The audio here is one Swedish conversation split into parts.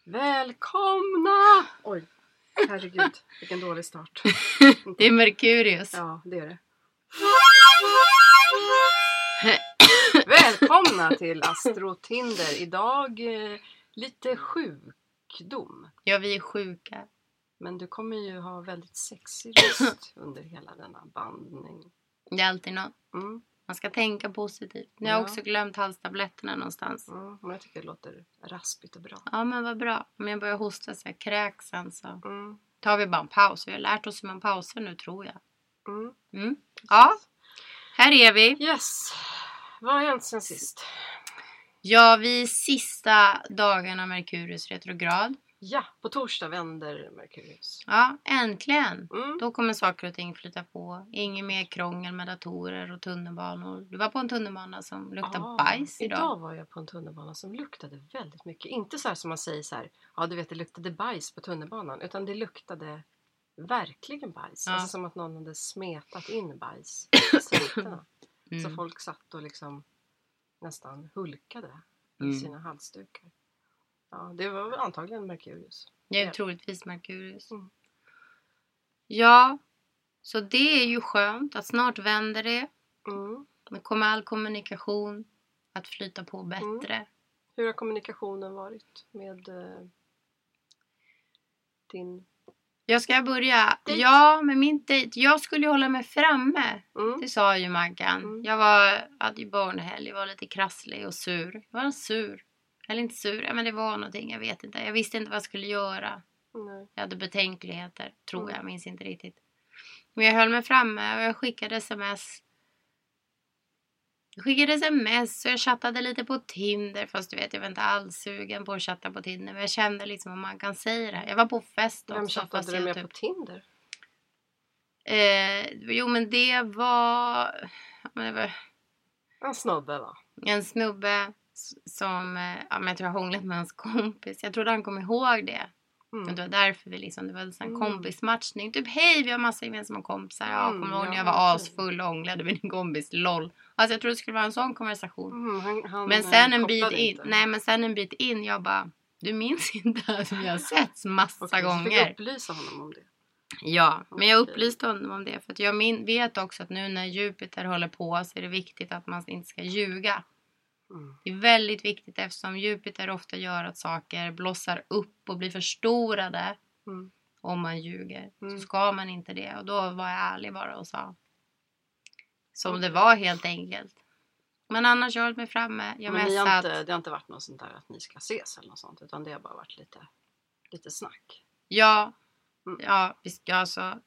Välkomna! Oj, herregud, vilken dålig start. Det är Merkurius. Ja, det är det. Välkomna till Astro Tinder. Idag lite sjukdom. Ja, vi är sjuka. Men du kommer ju ha väldigt sexig röst under hela denna bandning. Det är alltid något. Mm. Man ska tänka positivt. Nu har jag också glömt halstabletterna någonstans. Men jag tycker det låter raspigt och bra. Ja, men vad bra. Om jag börjar hosta så här kräksen så tar vi bara en paus. Vi har lärt oss hur man pausar nu, tror jag. Ja, här är vi. Yes. Vad har hänt sen sist? Ja, vi är sista dagarna Merkurius retrograd. Ja, på torsdag vänder Merkurius. Ja, äntligen. Då kommer saker och ting flytta på. Inget mer krångel med datorer och tunnelbanor. Du var på en tunnelbana som luktade bajs idag. Idag var jag på en tunnelbana som luktade väldigt mycket. Inte så här som man säger så här, ja du vet det luktade bajs på tunnelbanan. Utan det luktade verkligen bajs. Ja. Alltså som att någon hade smetat in bajs i sätena. Så folk satt och liksom nästan hulkade i sina halsdukar. Ja, det var väl antagligen Merkurius. Det är troligtvis Merkurius. Ja, så det är ju skönt att snart vänder det. Nu kommer all kommunikation att flyta på bättre. Hur har kommunikationen varit med din... Jag ska börja. Date. Ja, med min dejt. Jag skulle ju hålla mig framme. Det sa ju Maggan. Jag hade ju barnhelg. Jag var lite krasslig och sur. Jag var sur. Eller inte sur. Ja, men det var någonting. Jag vet inte. Jag visste inte vad jag skulle göra. Nej. Jag hade betänkligheter. Tror jag. Minns inte riktigt. Men jag höll mig framme. Och jag skickade sms. Så jag chattade lite på Tinder. Fast du vet, jag var inte alls sugen på att chatta på Tinder. Men jag kände liksom om man kan säga det. Jag var på fest också. Vem chattade du med på Tinder? Jo, men det var... En snubbe, va? En snubbe som... men jag tror jag hånglat med hans kompis. Jag trodde han kom ihåg det. Och det var därför vi liksom... Det var en sån kompismatchning. Typ, hej, vi har massa gemensamma kompisar. Ja, kommer ihåg när jag var asfull och hånglade med din kompis. LOL. Alltså jag trodde det skulle vara en sån konversation. Men sen en bit in, jag bara, du minns inte att vi har setts massa gånger. Du fick upplysa honom om det. Ja, men jag upplyste honom om det. För att jag vet också att nu när Jupiter håller på så är det viktigt att man inte ska ljuga. Det är väldigt viktigt eftersom Jupiter ofta gör att saker blossar upp och blir förstorade. Om man ljuger. Så ska man inte det. Och då var jag ärlig bara och sa. Som det var helt enkelt. Men annars har jag hållit mig framme. Det har inte varit något sånt där att ni ska ses eller något sånt. Utan det har bara varit lite snack. Ja. Ja, visst. Alltså,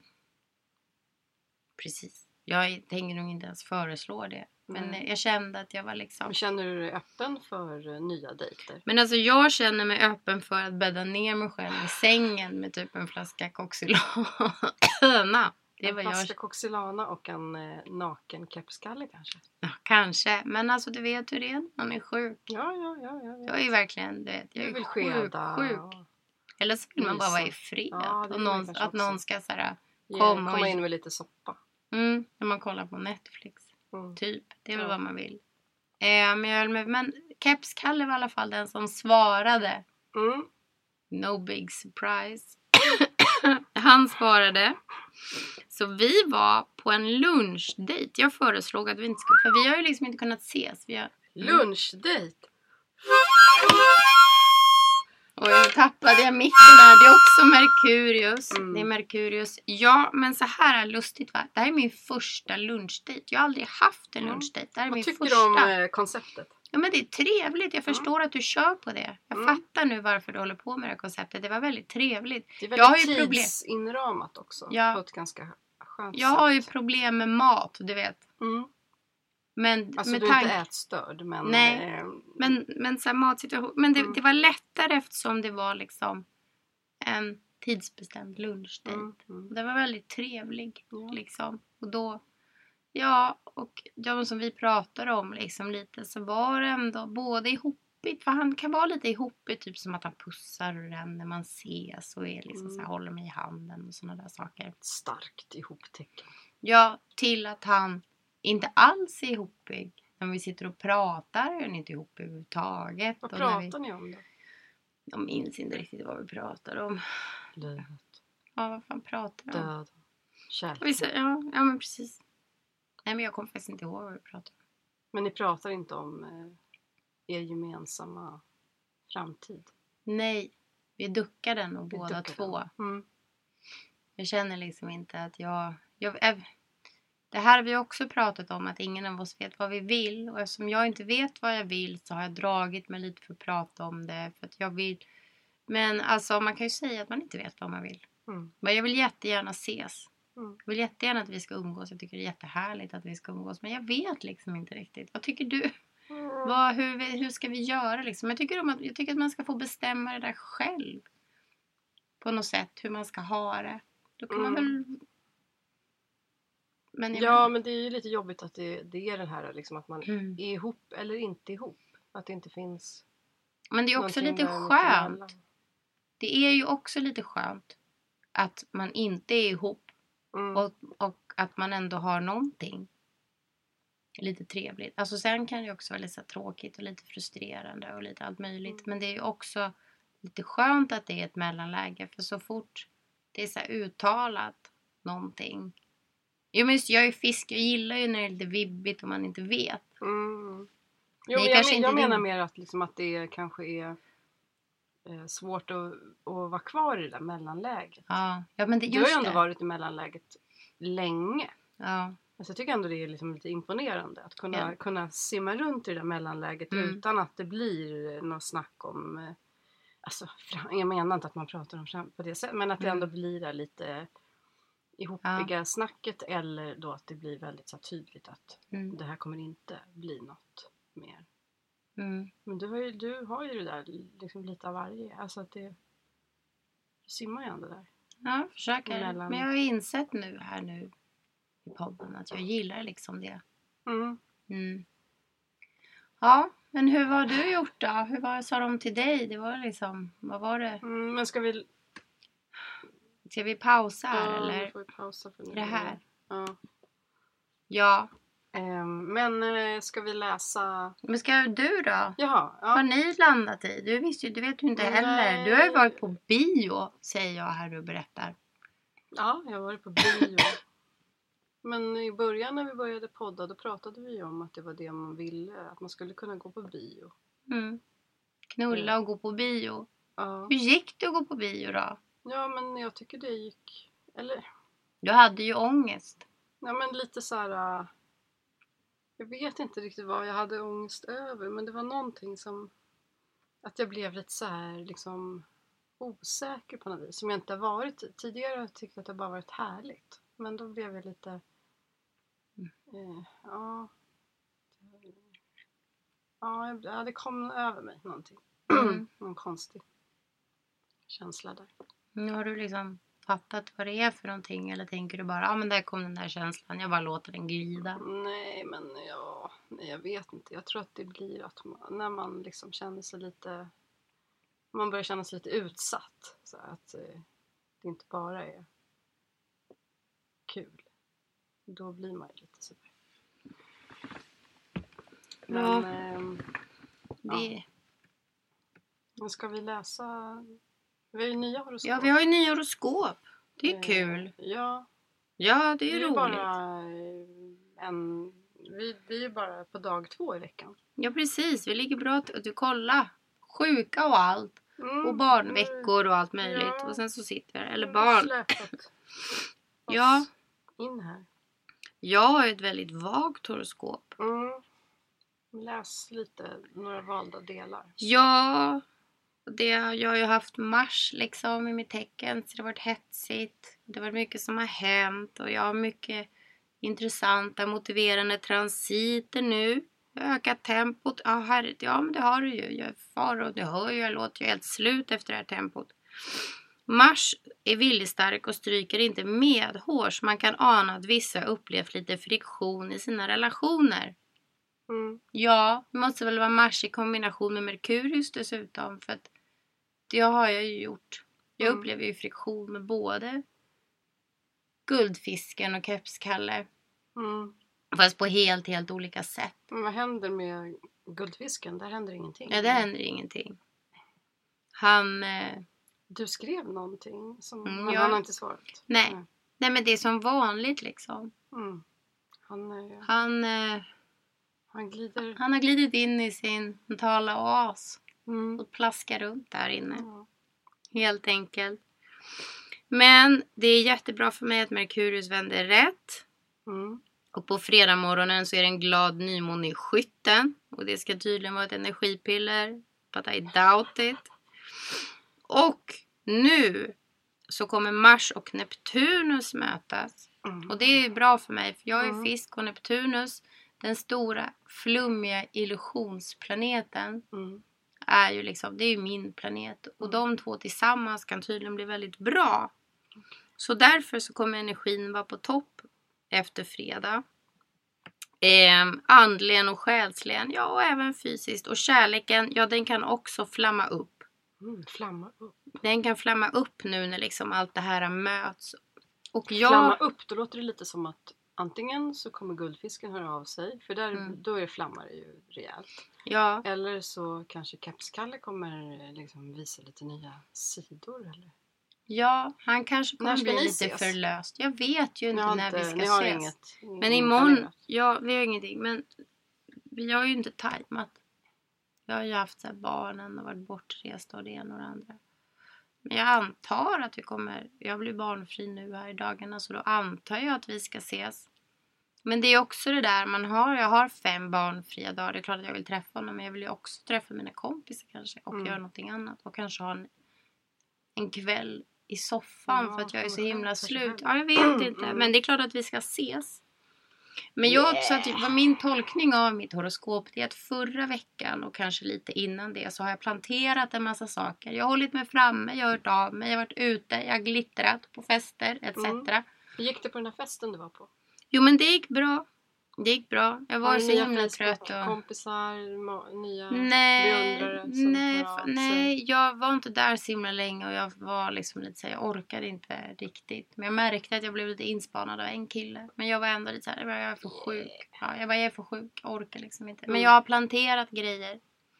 precis. Jag tänker nog inte ens föreslå det. Men jag kände att jag var liksom... Men känner du dig öppen för nya dejter? Men alltså jag känner mig öppen för att bädda ner mig själv i sängen med typ en flaska Coxilana. En flaska Coxilana och en naken kepskalle kanske? Ja, kanske. Men alltså du vet hur det är. Man är sjuk. Ja. Jag är verkligen, jag är sjuk. Eller så vill man bara vara i fred. Ja, och att någon ska så här, komma in med lite soppa. När man kollar på Netflix. Typ. Det är väl vad man vill. Men kepskalle var i alla fall den som svarade. No big surprise. Han svarade. Så vi var på en lunchdate. Jag föreslog att vi inte skulle. För vi har ju liksom inte kunnat ses. Lunchdate? Och jag tappade jag micken där. Det är också Merkurius. Det är Merkurius. Ja, men så här är lustigt, va? Det här är min första lunchdate. Jag har aldrig haft en lunchdate. Det här är min första. Vad tycker du om konceptet? Ja, men det är trevligt. Jag förstår att du kör på det. Jag fattar nu varför du håller på med det här konceptet. Det var väldigt trevligt. Det är väldigt tidsinramat också. På ett ganska skönt sätt. Jag har ju problem med mat, du vet. Men alltså med du är inte ätstörd. Men, nej, men så här matsituation. Men det var lättare eftersom det var liksom en tidsbestämd lunchdate. Det var väldigt trevlig. Liksom. Och då, och de som vi pratade om liksom lite, så var det ändå både ihopigt. För han kan vara lite ihopigt, typ som att han pussar den när man ses och är liksom så här, håller mig i handen och sådana där saker. Starkt ihoptecken. Ja, till att han inte alls är ihopig. När vi sitter och pratar är han inte ihop överhuvudtaget. Vad pratar ni om då? Jag minns inte riktigt vad vi pratade om. Livet. Ja, vad fan pratar vi om? Död. Kärlek. Ja, men precis. Nej, men jag kommer faktiskt inte ihåg vad vi pratade om. Men ni pratar inte om er gemensamma framtid? Nej, vi duckar den och båda två. Mm. Jag känner liksom inte att det här har vi också pratat om, att ingen av oss vet vad vi vill. Och eftersom jag inte vet vad jag vill så har jag dragit mig lite för att prata om det. För att jag vill. Men alltså man kan ju säga att man inte vet vad man vill. Mm. Men jag vill jättegärna ses. Mm. Jag vill jättegärna att vi ska umgås. Jag tycker det är jättehärligt att vi ska umgås. Men jag vet liksom inte riktigt. Vad tycker du? Hur ska vi göra liksom? Jag tycker att man ska få bestämma det där själv. På något sätt. Hur man ska ha det. Då kan man väl... Men det är ju lite jobbigt att det är den här liksom, att man är ihop eller inte ihop. Att det inte finns. Men det är också lite skönt. Det är ju också lite skönt att man inte är ihop. Och att man ändå har någonting. Lite trevligt. Alltså sen kan det också vara lite tråkigt och lite frustrerande och lite allt möjligt. Men det är ju också lite skönt att det är ett mellanläge. För så fort det är så här uttalat någonting. Jo, men jag är fisk. Jag gillar ju när det är lite vibbigt och man inte vet. Jo, jag menar mer att, liksom, att det kanske är svårt att vara kvar i det där mellanläget. Ja, men det, du har ju ändå varit i mellanläget länge. Ja. Alltså jag tycker ändå det är liksom lite imponerande att kunna simma runt i det där mellanläget utan att det blir något snack om... Alltså, jag menar inte att man pratar om på det sättet, men att det ändå blir där lite ihopiga snacket, eller då att det blir väldigt så tydligt att det här kommer inte bli något mer. Men du har ju det där liksom lite av varje. Alltså att du simmar ju ändå där. Ja, försöker. Men jag har insett nu i podden att jag gillar liksom det. Ja, men hur har du gjort då? Sa de till dig? Det var liksom, vad var det? Men ska vi pausa här eller? Får vi pausa för nu. Är det här? Ja. Ja. Men ska vi läsa? Men ska du då? Jaha, ja. Har ni landat i? Du vet ju inte heller. Du har ju varit på bio, säger jag här och berättar. Ja, jag har varit på bio. Men i början när vi började podda, då pratade vi om att det var det man ville. Att man skulle kunna gå på bio. Knulla och gå på bio. Ja. Hur gick det att gå på bio då? Ja, men jag tycker det gick... Eller... Du hade ju ångest. Ja, men lite så här... Jag vet inte riktigt vad jag hade ångest över. Men det var någonting som... Att jag blev lite så här liksom... osäker på något vis. Som jag inte har varit tidigare. Jag tyckte att det bara varit härligt. Men då blev jag lite... Ja, det kom över mig någonting. Någon konstig känsla där. Nu har du liksom fattat vad det är för någonting? Eller tänker du bara, men där kom den där känslan. Jag bara låter den glida. Nej, men jag vet inte. Jag tror att det blir att när man liksom känner sig lite... Man börjar känna sig lite utsatt. Så att det inte bara är kul. Då blir man ju lite sådär. Men, Men ska vi läsa... Vi har ju nya horoskop. Ja, vi har ju nya horoskop. Det är kul. Ja. Ja, det är roligt. Bara vi är ju bara på dag 2 i veckan. Ja, precis. Vi ligger bra till. Du kolla. Sjuka och allt. Och barnveckor och allt möjligt. Ja. Och sen så sitter vi. Eller barn. Ja. In här. Jag har ju ett väldigt vagt horoskop. Läs lite några valda delar. Ja. Jag har ju haft Mars liksom i mitt tecken. Så det har varit hetsigt. Det har varit mycket som har hänt. Och jag har mycket intressanta motiverande transiter nu. Jag har ökat tempot. Ja, men det har du ju. Jag är far och det hör ju. Jag låter ju helt slut efter det här tempot. Mars är viljestark och stryker inte medhårs. Man kan ana att vissa upplevt lite friktion i sina relationer. Ja, det måste väl vara Mars i kombination med Merkurius dessutom. För att det har jag ju gjort. Jag upplever ju friktion med både guldfisken och kepskalle. Fast på helt olika sätt. Men vad händer med guldfisken? Där händer ingenting. Ja, det händer ingenting. Du skrev någonting som, men ja. han har inte svarat. Nej, men det är som vanligt liksom. Han glider. Han har glidit in i sin mentala oas. Och plaskar runt där inne. Helt enkelt. Men det är jättebra för mig att Merkurius vänder rätt. Och på fredag morgonen så är det en glad nymåne i Skytten. Och det ska tydligen vara ett energipiller. But I doubt it. Och nu så kommer Mars och Neptunus mötas. Och det är bra för mig. För jag är fisk och Neptunus, den stora flummiga illusionsplaneten, är ju liksom, det är ju min planet. Och de två tillsammans kan tydligen bli väldigt bra. Så därför så kommer energin vara på topp efter fredag. Andligen och själsligen, ja, och även fysiskt. Och kärleken, ja, den kan också flamma upp. Flamma upp. Den kan flamma upp nu när liksom allt det här möts. Och flamma upp, då låter det lite som att antingen så kommer guldfisken höra av sig. För där, då är det flammar ju rejält. Ja. Eller så kanske Kepskalle kommer liksom visa lite nya sidor. Eller? Ja, han kanske kommer bli lite förlöst. Jag vet ju inte när vi ska ses. Inget, men imorgon, ja, vi har ingenting. Men vi har ju inte tajmat. Jag har ju haft så här barnen och varit bortresta och det ena och det andra. Men jag antar att jag blir barnfri nu här i dagarna, så då antar jag att vi ska ses. Men det är också det där jag har 5 barnfria dagar. Det är klart att jag vill träffa honom, men jag vill ju också träffa mina kompisar kanske och göra någonting annat. Och kanske ha en kväll i soffan för att jag är så himla slut. Ja, jag vet inte. Men det är klart att vi ska ses. Men min tolkning av mitt horoskop är att förra veckan och kanske lite innan det så har jag planterat en massa saker. Jag har hållit mig framme, jag har hört av mig, jag har varit ute, jag har glittrat på fester etc. Hur gick det på den här festen du var på? Jo, men det gick bra. Det gick bra. Jag var så himla trött. Och kompisar, nya beundrare? Nej, jag var inte där så himla länge och jag var liksom lite så här, jag orkade inte riktigt. Men jag märkte att jag blev lite inspanad av en kille. Men jag var ändå lite så här, jag är för sjuk. Ja, jag är för sjuk, jag orkar liksom inte. Men jag har planterat grejer.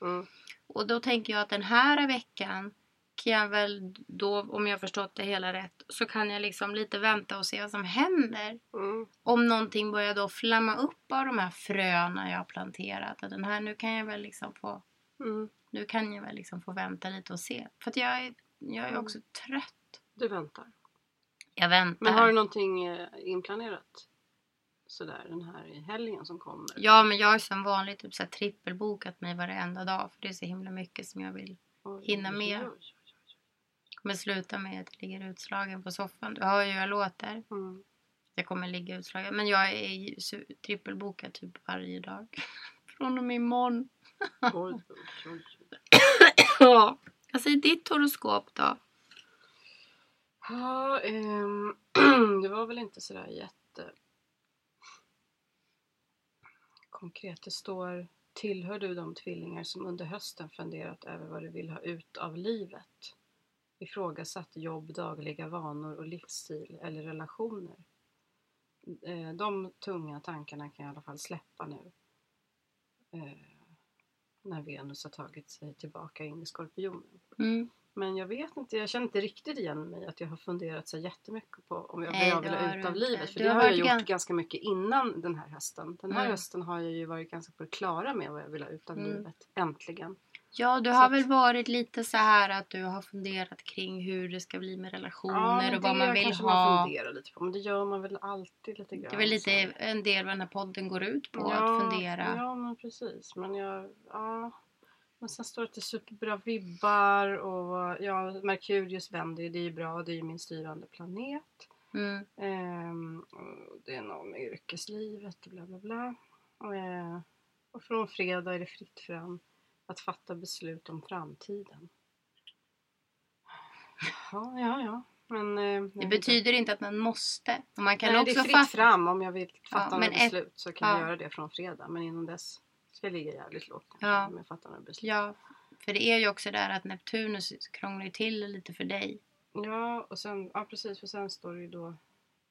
Och då tänker jag att den här veckan kan jag väl då, om jag har förstått det hela rätt, så kan jag liksom lite vänta och se vad som händer. Om någonting börjar då flamma upp av de här fröna jag har planterat. Och nu kan jag väl liksom få nu kan jag väl liksom få vänta lite och se. För att jag är också trött. Du väntar? Jag väntar. Men har du någonting inplanerat? Sådär den här i helgen som kommer? Ja, men jag är som vanligt typ så här trippelbokat mig varenda dag. För det är så himla mycket som jag vill hinna med. Kommer sluta med att jag ligger utslagen på soffan. Du hör ju hur jag låter. Jag kommer ligga utslagen. Men jag är trippelbokad typ varje dag. Från och med imorgon. Ja. Alltså i ditt horoskop då? Ja, det var väl inte sådär jätte konkret. Det står: tillhör du de tvillingar som under hösten funderat över vad du vill ha ut av livet? Ifrågasatt jobb, dagliga vanor och livsstil eller relationer. De tunga tankarna kan jag i alla fall släppa nu. När Venus har tagit sig tillbaka in i Skorpionen. Men jag vet inte, jag känner inte riktigt igen mig att jag har funderat så jättemycket på om jag vill ha ut av livet. För det har jag gjort ganska mycket innan den här hösten. Den här hösten har jag ju varit ganska på det klara med vad jag vill ha ut av livet. Äntligen. Ja, du har väl varit lite så här att du har funderat kring hur det ska bli med relationer och vad man vill ha. Man funderar lite på, men det gör man väl alltid lite grann. Det är väl lite en del vad den här podden går ut på, att fundera. Ja, men precis. Men men sen står det att det är superbra vibbar och Merkurius vänder, det är ju bra, det är ju min styrande planet. Det är någon med yrkeslivet och bla bla bla. Och från fredag är det fritt fram att fatta beslut om framtiden. Ja. Men, det betyder inte att man måste. Man kan nej, också det är fritt fram om jag vill fatta några beslut så kan jag göra det från fredag. Men innan dess ska jag ligga jävligt lågt om jag fattar några beslut. Ja, för det är ju också där att Neptunus krånglar till lite för dig. Ja, och sen, precis. För sen står det ju då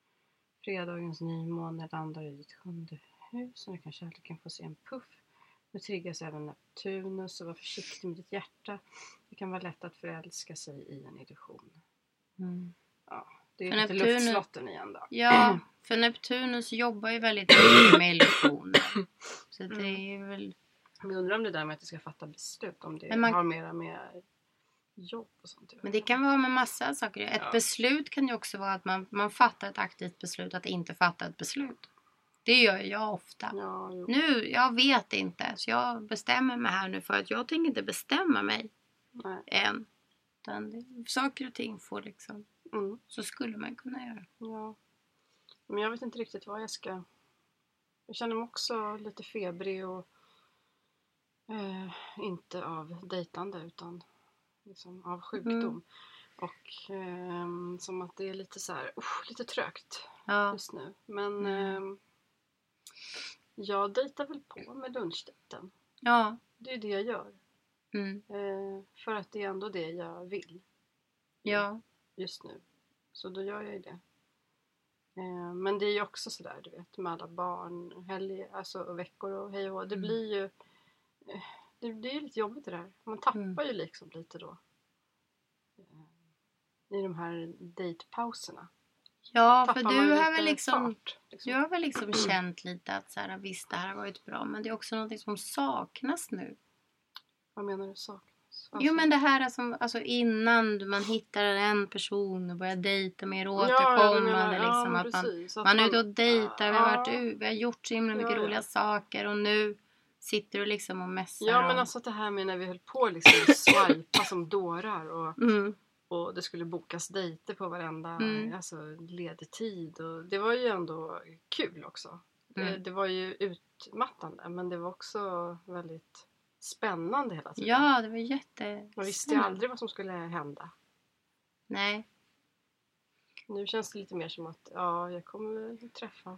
fredagens nymåne landar i ditt 7:e hus. Och nu kan kärleken få se en puff. Nu triggas även Neptunus, så var försiktig med ditt hjärta. Det kan vara lätt att förälska sig i en illusion. Ja, det är för lite luftslotten igen då. Ja, för Neptunus jobbar ju väldigt mycket med illusioner. Så det är väl... Jag undrar om det där med att jag ska fatta beslut, om det har mera med jobb och sånt. Men det kan vara med massa saker. Ett beslut kan ju också vara att man fattar ett aktivt beslut att inte fatta ett beslut. Det gör jag ofta. Ja, nu, jag vet inte. Så jag bestämmer mig här nu för att jag tänker inte bestämma mig än. Utan saker och ting får liksom... Så skulle man kunna göra. Ja. Men jag vet inte riktigt vad jag ska... Jag känner mig också lite febrig och inte av dejtande utan liksom av sjukdom. Och som att det är lite så här, lite trögt just nu. Men jag dejtar väl på med lunchdejten. Ja. Det är det jag gör. För att det är ändå det jag vill. Ja. Just nu. Så då gör jag ju det. Men det är ju också sådär, du vet, med alla barn, helger, alltså veckor och hej och det blir ju det blir lite jobbigt det där. Man tappar ju liksom lite då i de här dejtpauserna. Ja, för du har väl liksom, du har väl liksom känt lite att så här, visst det här har varit bra, men det är också något som saknas nu. Vad menar du saknas? Jo, men det här alltså innan man hittar en person och börjar dejta mer återkommande liksom, att man är ute och dejtar, vi har gjort så himla mycket roliga saker och nu sitter du liksom och mässar. Ja, men alltså det här med när vi höll på liksom swipa som dårar och det skulle bokas dejter på varenda alltså, ledig tid och det var ju ändå kul också. Det var ju utmattande, men det var också väldigt spännande hela tiden. Ja, det var Man visste ju aldrig vad som skulle hända. Nej. Nu känns det lite mer som att jag kommer träffa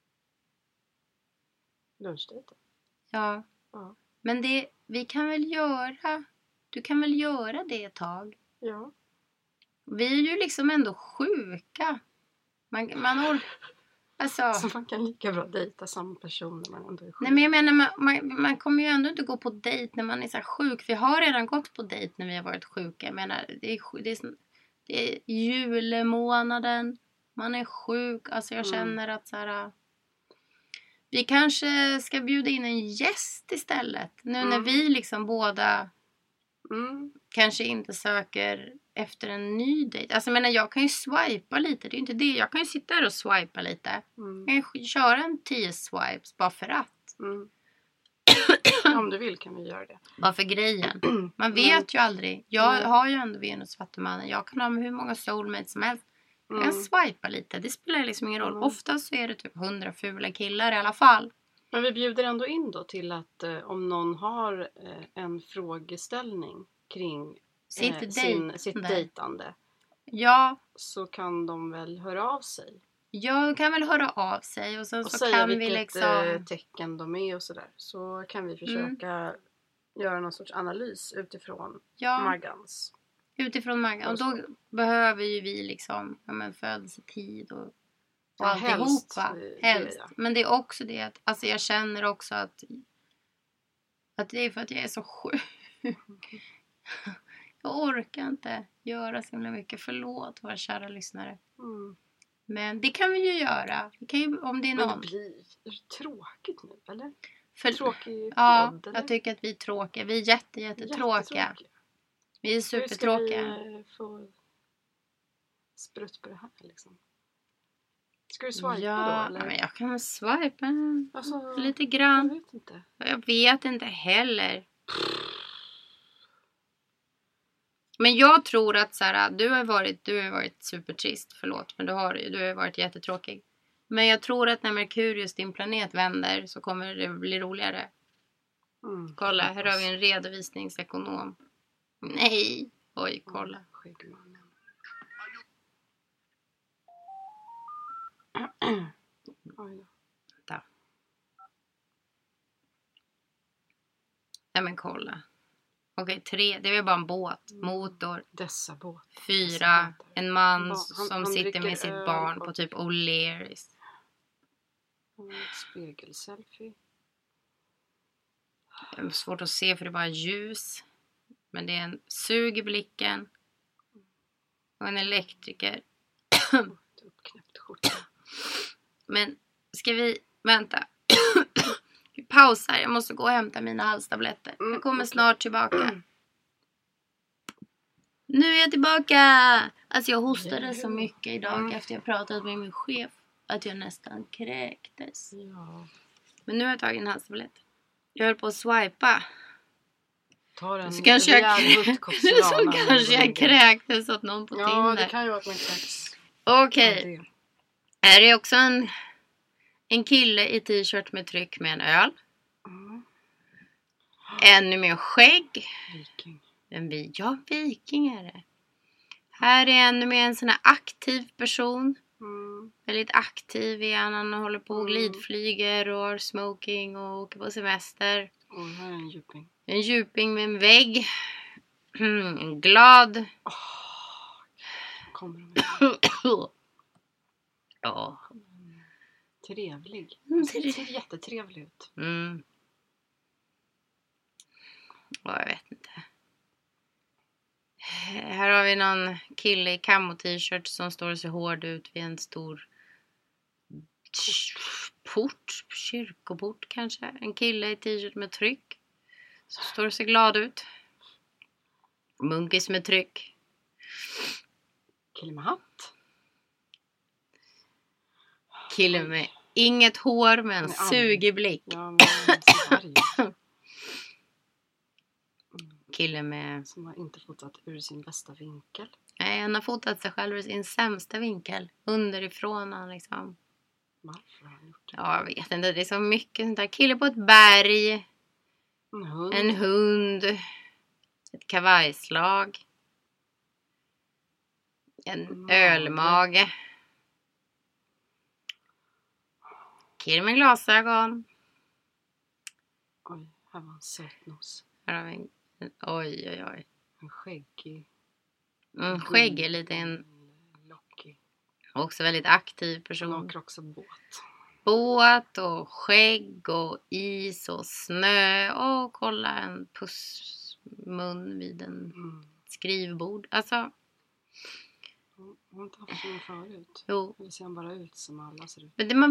lunchdejten. Ja. Men det vi kan väl göra. Du kan väl göra det ett tag. Ja. Vi är ju liksom ändå sjuka. Man alltså, så man kan lika bra dejta samma person när man ändå är sjuk. Nej, men jag menar man kommer ju ändå inte gå på dejt när man är så här sjuk. Vi har redan gått på dejt när vi har varit sjuka. Jag menar, det är julemånaden. Man är sjuk. Alltså jag känner att så här, vi kanske ska bjuda in en gäst istället. Nu när vi liksom båda kanske inte söker efter en ny dejt. Alltså jag menar, jag kan ju swipa lite. Det är ju inte det. Jag kan ju sitta här och swipa lite. Jag kan ju köra en 10 swipes bara för att. Om du vill kan vi göra det. Bara för grejen. Man vet ju aldrig. Jag har ju ändå Venus Vattumannen. Jag kan ha med hur många soulmates som helst. Jag kan swipa lite. Det spelar liksom ingen roll. Oftast så är det typ 100 fula killar i alla fall. Men vi bjuder ändå in då till att om någon har en frågeställning kring sitt dejtande. Ja. Så kan de väl höra av sig. Ja, kan väl höra av sig. Och sen och så säga kan vilket vi liksom tecken de är och sådär. Så kan vi försöka göra någon sorts analys utifrån Maggans. Utifrån Maggan. Och då behöver ju vi liksom födelsetid och alltihopa. Helst. Men det är också det att alltså jag känner också att det är för att jag är så sjuk. Jag orkar inte göra så himla mycket. Förlåt våra kära lyssnare. Men det kan vi ju göra. Vi kan ju, om det är någon. Men det blir tråkigt nu, eller? Tråkig podd, ja, eller? Jag tycker att vi är tråkiga. Vi är jättetråkiga. Vi är supertråkiga. Hur ska vi få sprutt på det här liksom? Ska du swipa då, eller? Men jag kan swipa alltså, lite grann. Jag vet inte. Jag vet inte heller. Men jag tror att så här, du har varit supertrist, förlåt, men du har varit jättetråkig. Men jag tror att när Merkurius, din planet, vänder så kommer det bli roligare. Kolla, här har vi en redovisningsekonom. Nej, oj, kolla. Skäggmannen. Vänta. Nej men kolla. Okej, 3. Det är väl bara en båt. Motor. Dessa båt. 4. En man som sitter med sitt barn på typ O'Learys. Spegelselfie. Det är svårt att se för det är bara ljus. Men det är en sug i blicken. Och en elektriker. Uppknäppt skjorta. Men ska vi... Vänta. Vi pausar. Jag måste gå och hämta mina halstabletter. Jag kommer snart tillbaka. Nu är jag tillbaka! Alltså jag hostade så mycket idag efter jag pratat med min chef. Att jag nästan kräktes. Ja. Men nu har jag tagit en halstablett. Jag höll på att swipa. Tar en så kanske jag kräktes åt någon på Tinder. Ja, det kan ju vara att man kräks. Okej. Här är också en kille i t-shirt med tryck med en öl. Ännu mer skägg. Viking. Viking är det. Här är ännu mer en sån här aktiv person. Väldigt aktiv är han håller på och glidflyger och har smoking och åker på semester. Här är en djuping. En djuping med en vägg. En glad. Kommer Ja. Trevlig. Ser jättetrevlig ut. Ja, jag vet inte. Här har vi någon kille i camo-t-shirt som står och ser hård ut vid en stor kyrkoport kanske. En kille i t-shirt med tryck som står och ser glad ut. Munkis med tryck. Kille med hatt. Kille med inget hår men en sugig blick. Ja, men Kille med... Som har inte fotat ur sin bästa vinkel. Nej, han har fotat sig själv ur sin sämsta vinkel. Underifrån han liksom. Varför har han gjort det? Ja, jag vet inte. Det är så mycket sånt där. Kille på ett berg. En hund. Ett kavajslag. En ölmage. Kille med glasögon. Oj, här var en sötnos. Här har vi en... Oj. En skäggig. Skäggig, lite en... Lockig. Också väldigt aktiv person. Han åker också båt. Båt och skägg och is och snö. Och kolla en pussmun vid en skrivbord. Alltså... Hon har inte haft någon förut. Jo. Eller ser han bara ut som alla ser ut? Men det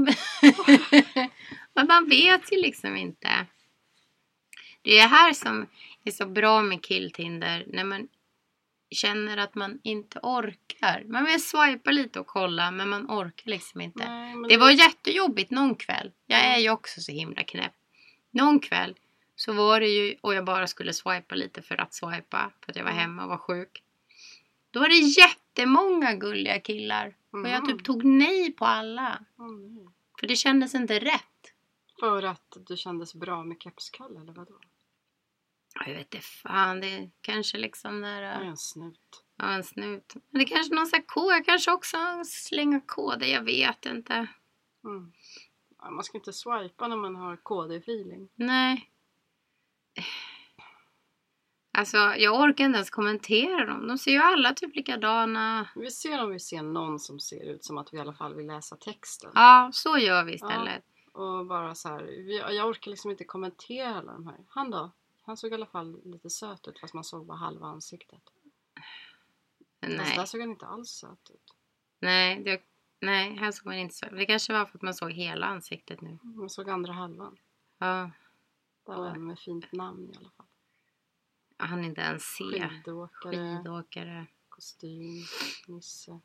man vet ju liksom inte. Det är det här som är så bra med killtinder. När man känner att man inte orkar. Man vill swipa lite och kolla. Men man orkar liksom inte. Nej, det var jättejobbigt någon kväll. Jag är ju också så himla knäpp. Någon kväll så var det ju. Och jag bara skulle swipa lite för att swipa. För att jag var hemma och var sjuk. Då var det jättemånga gulliga killar. Och jag typ tog nej på alla. För det kändes inte rätt. För att du kändes bra med kepskalle eller vadå? Jag vet inte fan. Det är kanske liksom när... En snut. Ja, en snut. Men det är kanske någon sån här kod. Jag kanske också slänger koder. Jag vet inte. Ja, man ska inte swipa när man har KD-feeling. Nej. Alltså, jag orkar inte ens kommentera dem. De ser ju alla typ likadana. Vi ser om vi ser någon som ser ut som att vi i alla fall vill läsa texten. Ja, så gör vi istället. Ja, och bara så här. Jag orkar liksom inte kommentera alla de här. Han då? Han såg i alla fall lite söt ut. Fast man såg bara halva ansiktet. Nej. Fast där såg han inte alls söt ut. Nej, här såg man inte så. Det kanske var för att man såg hela ansiktet nu. Man såg andra halvan. Ja. Det var en med fint namn i alla fall. Jag hann inte ens se. Skidåkare. Kostym. Nisse.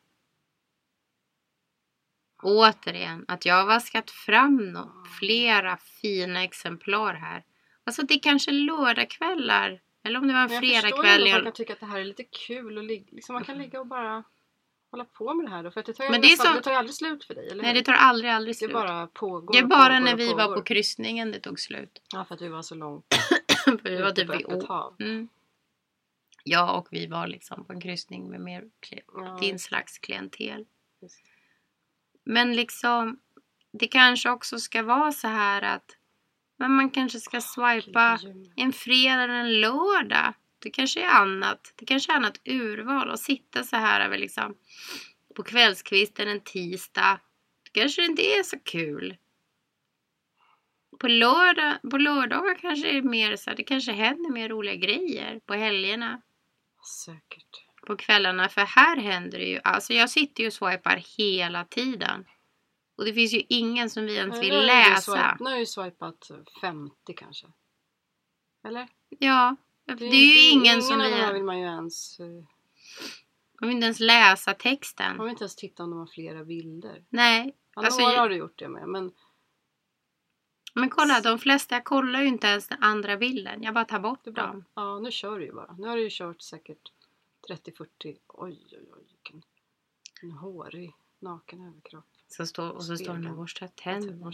Återigen. Att jag har vaskat fram flera fina exemplar här. Alltså det är kanske lördagskvällar. Eller om det var en fredagkväll. Jag kan tycka att det här är lite kul. Och liksom man kan ligga och bara hålla på med det här. Då, för att det tar ju aldrig slut för dig. Eller nej, det tar aldrig slut. Det bara pågår. Det är bara när vi var på kryssningen det tog slut. Ja, för att vi var så långt. För vi var typ vid öppet hav. Ja, och vi var liksom på en kryssning med mer din slags klientel. Just. Men liksom, det kanske också ska vara så här att men man kanske ska swipa en fredag eller en lördag. Det kanske är annat. Det kanske är annat urval. Och sitta så här över liksom på kvällskvisten en tisdag. Det kanske inte är så kul. På lördagar kanske det är mer så här, det kanske händer mer roliga grejer. På helgerna. Säkert. På kvällarna. För här händer det ju. Alltså jag sitter ju och swipar hela tiden. Och det finns ju ingen som vi ens vill läsa. Nu har jag ju swipat 50 kanske. Eller? Ja. Det är ju ingen som vi... Ingen vill man ju ens... Man vill inte ens läsa texten. Man vill inte ens titta om de har flera bilder. Nej. Ja, alltså, några har du gjort det med. Men kolla, de flesta jag kollar ju inte ens den andra bilden. Jag bara tar bort dem. Ja, nu kör du ju bara. Nu har du ju kört säkert 30-40. Oj, vilken en hårig naken överkropp. Så står den och borstar tänderna.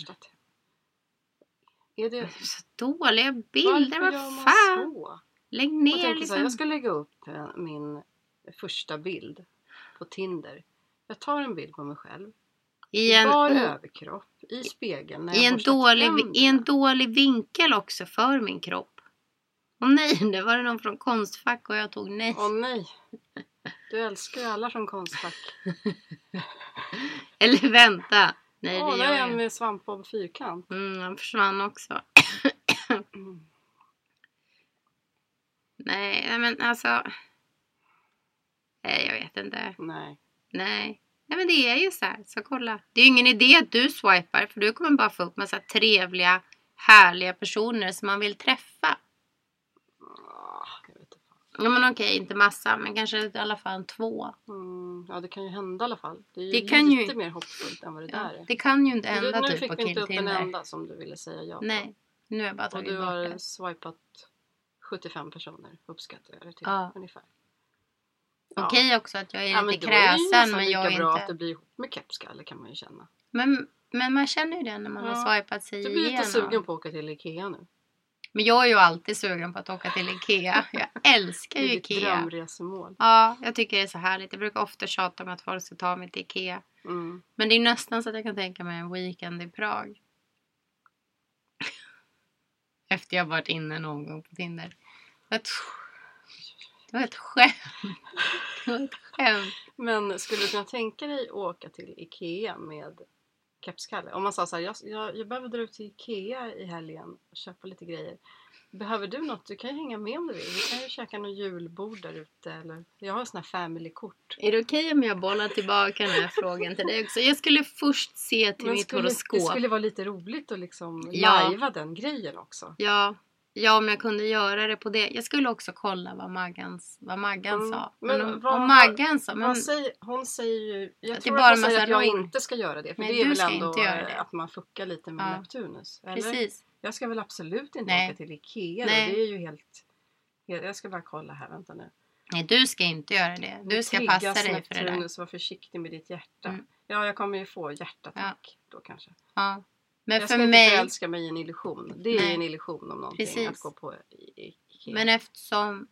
Är det så dåliga bilder? Vad fan? Så? Lägg ner liksom. Jag ska lägga upp min första bild på Tinder. Jag tar en bild på mig själv. I en överkropp. I spegeln. I en dålig vinkel också för min kropp. Åh nej, det var det någon från Konstfack och jag tog nej. Åh nej. Du älskar ju alla från Konstfack. Eller vänta. Nej, det är en med svampbob fyrkant. Han försvann också. Nej, men alltså. Nej, jag vet inte. Nej, men det är ju så här. Så kolla. Det är ju ingen idé att du swipar. För du kommer bara få upp massa trevliga, härliga personer som man vill träffa. Jag vet inte. Ja, men okej, inte massa. Men kanske i alla fall 2. Ja, det kan ju hända i alla fall. Det är ju lite mer hoppfullt än vad det där är. Det kan ju inte hända nu typ fick på vi inte upp en Tinder. enda som du ville säga ja på. Nej, nu har jag bara tagit bort det. Och du har swipat 75 personer, uppskattar jag det till ungefär. Okej också att jag är lite kräsen, men jag är inte... bra att det blir ihop med kepskalle kan man ju känna. Men man känner ju det när man har swipat sig igenom. Du blir lite sugen på att åka till Ikea nu. Men jag är ju alltid sugen på att åka till Ikea. Jag älskar ju Ikea. Det är ditt drömresemål. Ja, jag tycker det är så härligt. Jag brukar ofta tjata om att folk ska ta mig till Ikea. Men det är nästan så att jag kan tänka mig en weekend i Prag. Efter jag varit inne någon gång på Tinder. Det var ett skämt. Men skulle du kunna tänka dig åka till Ikea med kepskalle? Om man sa så här, jag behöver dra ut till Ikea i helgen och köpa lite grejer. Behöver du något? Du kan ju hänga med om du vill. Vi kan ju käka någon julbord där ute. Eller... Jag har såna här family-kort. Är det okej om jag bollar tillbaka den här frågan till dig också? Jag skulle först se till mitt horoskop. Det skulle vara lite roligt att liksom lajva den grejen också. Ja, om jag kunde göra det på det. Jag skulle också kolla vad Maggan sa. Men om Maggan sa... Hon säger ju... Jag tror att hon säger att jag inte ska göra det. För nej, det är väl ändå att man fuckar lite med Neptunus. Eller? Precis. Jag ska väl absolut inte åka till Ikea. Nej. Det är ju helt... Jag ska bara kolla här, vänta nu. Nej, du ska inte göra det. Du ska passa dig för det där. Neptunus, var försiktig med ditt hjärta. Ja, jag kommer ju få hjärtattack då kanske. Ja. Men jag för ska mig... inte förälska mig i en illusion. Det är en illusion om någonting. Precis. Att gå på Ikea. Men eftersom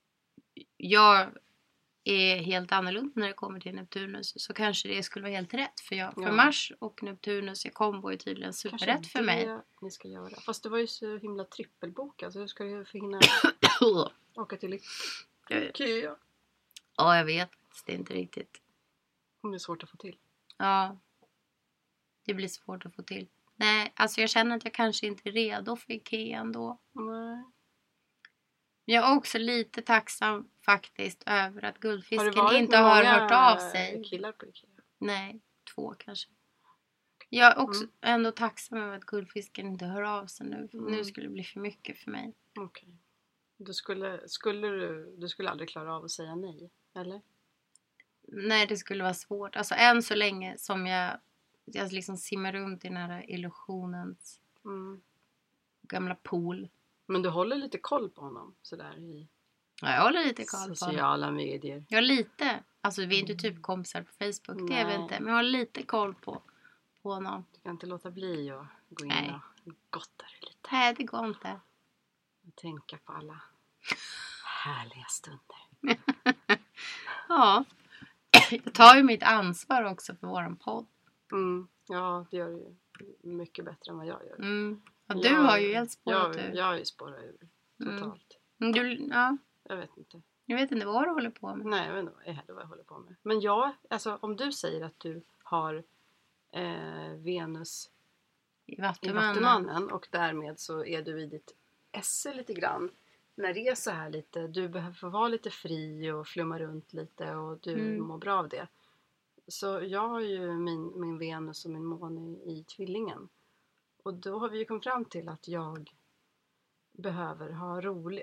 jag är helt annorlunda när det kommer till Neptunus, så kanske det skulle vara helt rätt. För Mars och Neptunus i kombo är tydligen superrätt för mig. Kanske det ni ska göra. Fast det var ju så himla trippelbokat. Så hur ska du hinna åka till Ikea? Ja, jag vet. Det är inte riktigt. Det är svårt att få till. Ja. Det blir svårt att få till. Nej, alltså jag känner att jag kanske inte är redo för Ikea ändå. Nej. Jag är också lite tacksam faktiskt över att Guldfisken inte har hört av sig. Killar på Ikea? Nej, 2 kanske. Jag är också ändå tacksam över att Guldfisken inte hör av sig nu. Nu skulle det bli för mycket för mig. Okej. Du skulle aldrig klara av att säga nej, eller? Nej, det skulle vara svårt. Alltså än så länge som jag liksom simmar runt i den här illusionens gamla pool. Men du håller lite koll på honom sådär i... Ja, jag håller lite koll på sociala medier. Jag har lite. Alltså vi är inte typ kompisar på Facebook. Nej. Det är vi inte. Men jag har lite koll på honom. Du kan inte låta bli att gå in och gotta dig lite. Nej, det går inte. Och tänka på alla härliga stunder. Ja. Jag tar ju mitt ansvar också för våran podd. Ja, det gör du ju mycket bättre än vad jag gör. Ja, du har ju helt spårat ur. Jag har ju spårat ur totalt. Jag vet inte. Jag vet inte vad du håller på med. Nej, jag vet inte vad jag håller på med. Men alltså om du säger att du har Venus i Vattumannen. Och därmed så är du i ditt esse lite grann. När det är så här lite, du behöver få vara lite fri och flumma runt lite och du mår bra av det. Så jag har ju min Venus och min måne i tvillingen. Och då har vi ju kommit fram till att jag behöver ha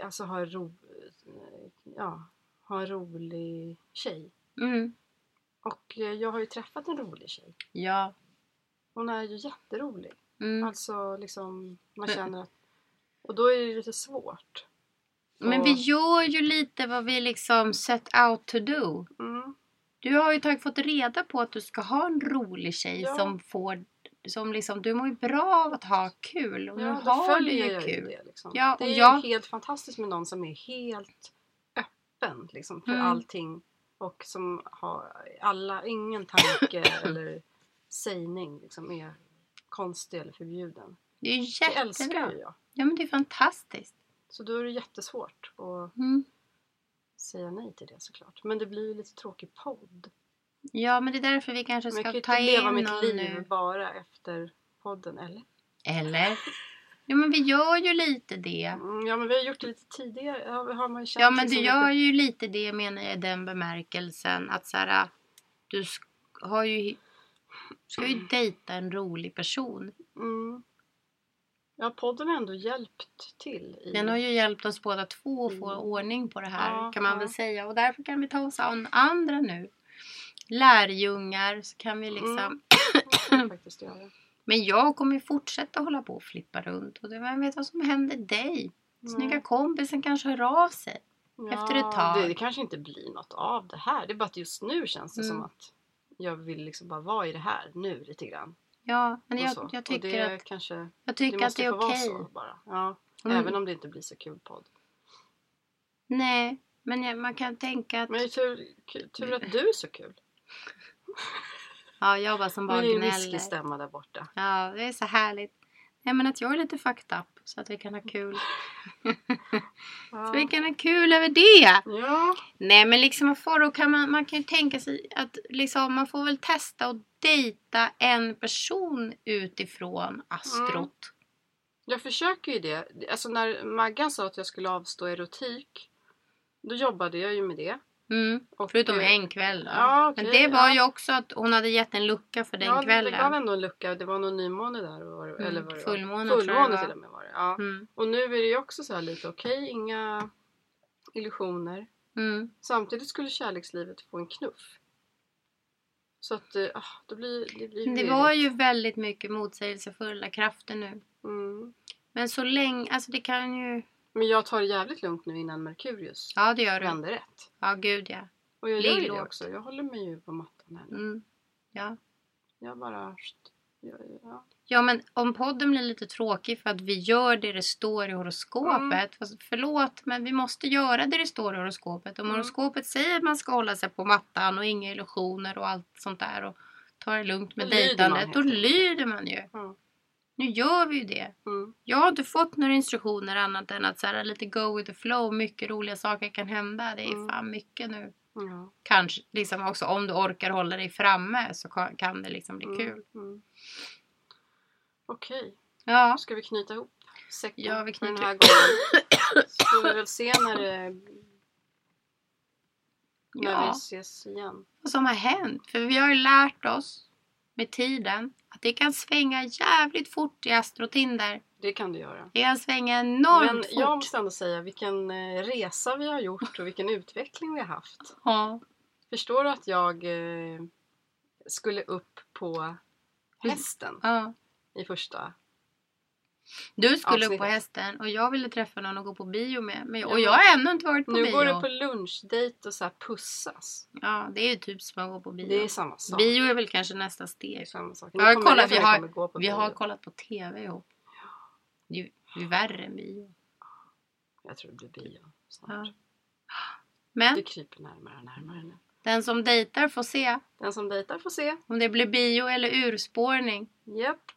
en rolig tjej. Och jag har ju träffat en rolig tjej. Ja. Hon är ju jätterolig. Alltså liksom man känner att, och då är det lite svårt. Men vi gör ju lite vad vi liksom set out to do. Du har ju fått reda på att du ska ha en rolig tjej som liksom, du mår ju bra av att ha kul. Och nu har du ju kul. Det, liksom. Ja, det är ju helt fantastiskt med någon som är helt öppen liksom, för allting. Och som har ingen tanke eller sägning liksom, är konstig eller förbjuden. Det är ju jättebra. Det älskar jag. Ja, men det är fantastiskt. Så då är det jättesvårt att säga nej till det såklart. Men det blir ju lite tråkig podd. Ja, men det är därför vi kanske ska ta in någon nu. Men jag kan inte leva mitt liv bara efter podden, eller? Eller? Ja, men vi gör ju lite det. Ja, men vi har gjort det lite tidigare. Har man känt ja, men du liksom gör ju lite det, menar jag, i den bemärkelsen. Att så här, du ska ju dejta en rolig person. Ja, podden har ändå hjälpt till. Den har ju hjälpt oss båda två att få ordning på det här, kan man väl säga. Och därför kan vi ta oss an andra nu. Lärjungar, så kan vi liksom... faktiskt göra. Men jag kommer ju fortsätta hålla på och flippa runt. Och vem vet vad som händer dig? Snygga kompisen kanske hör av sig efter ett tag. Det kanske inte blir något av det här. Det är bara att just nu känns det som att jag vill liksom bara vara i det här nu lite grann. Ja, men jag tycker att det är okej. Ja, även om det inte blir så kul podd. Nej, men man kan tänka att... Men det är tur att du är så kul. Ja, jag bara som bara gnäller. Det är en whisky-stämma där borta. Ja, det är så härligt. Nej, men att jag är lite fucked up så att vi kan ha kul. Så vi kan ha kul över det. Ja. Nej, men liksom man kan ju tänka sig att liksom, man får väl testa att dejta en person utifrån astrot. Jag försöker ju det. Alltså när Maggan sa att jag skulle avstå erotik, då jobbade jag ju med det. Och förutom en kväll då. Ja, okay, men det var ju också att hon hade gett en lucka för den kvällen. Ja, det gav ändå en lucka. Det var någon nymåne där. Eller var det fullmåne tror jag till och med var det. Ja. Och nu är det ju också så här lite okej, inga illusioner. Samtidigt skulle kärlekslivet få en knuff. Så att då blir det var ju väldigt mycket motsägelsefulla krafter nu. Men så länge, alltså det kan ju... Men jag tar det jävligt lugnt nu innan Merkurius vänder rätt. Ja, gud ja. Och jag gör det också. Jag håller mig ju på mattan här nu. Ja. Jag bara... Ja, men om podden blir lite tråkig för att vi gör det står i horoskopet. Förlåt, men vi måste göra det står i horoskopet. Om horoskopet säger att man ska hålla sig på mattan och inga illusioner och allt sånt där. Och ta det lugnt med dejtandet. Då lyder man ju. Nu gör vi ju det. Jag har inte fått några instruktioner annat än att så här, lite go with the flow. Mycket roliga saker kan hända. Det är fan mycket nu. Kanske liksom också om du orkar hålla dig framme så kan det liksom bli kul. Okej. Ja. Ska vi knyta ihop säcken vi för den här gången? Så får vi väl se när vi ses igen. Vad som har hänt. För vi har ju lärt oss med tiden att det kan svänga jävligt fort i Astrotinder. Det kan det göra. Det kan svänga enormt fort. Men jag måste ändå säga vilken resa vi har gjort och vilken utveckling vi har haft. Ja. Förstår du att jag skulle upp på hästen i första Du skulle upp på hästen och jag ville träffa någon och gå på bio med. Och jag har ännu inte varit på bio. Nu går du på lunchdejt och så här pussas. Ja, det är ju typ som att gå på bio. Det är samma sak. Bio är väl kanske nästa steg. Det är samma sak. Vi har kollat på tv ihop. Det är värre än bio. Jag tror det blir bio snart. Ja. Men det kryper närmare och närmare nu. Den som dejtar får se. Den som dejtar får se. Om det blir bio eller urspårning. Japp.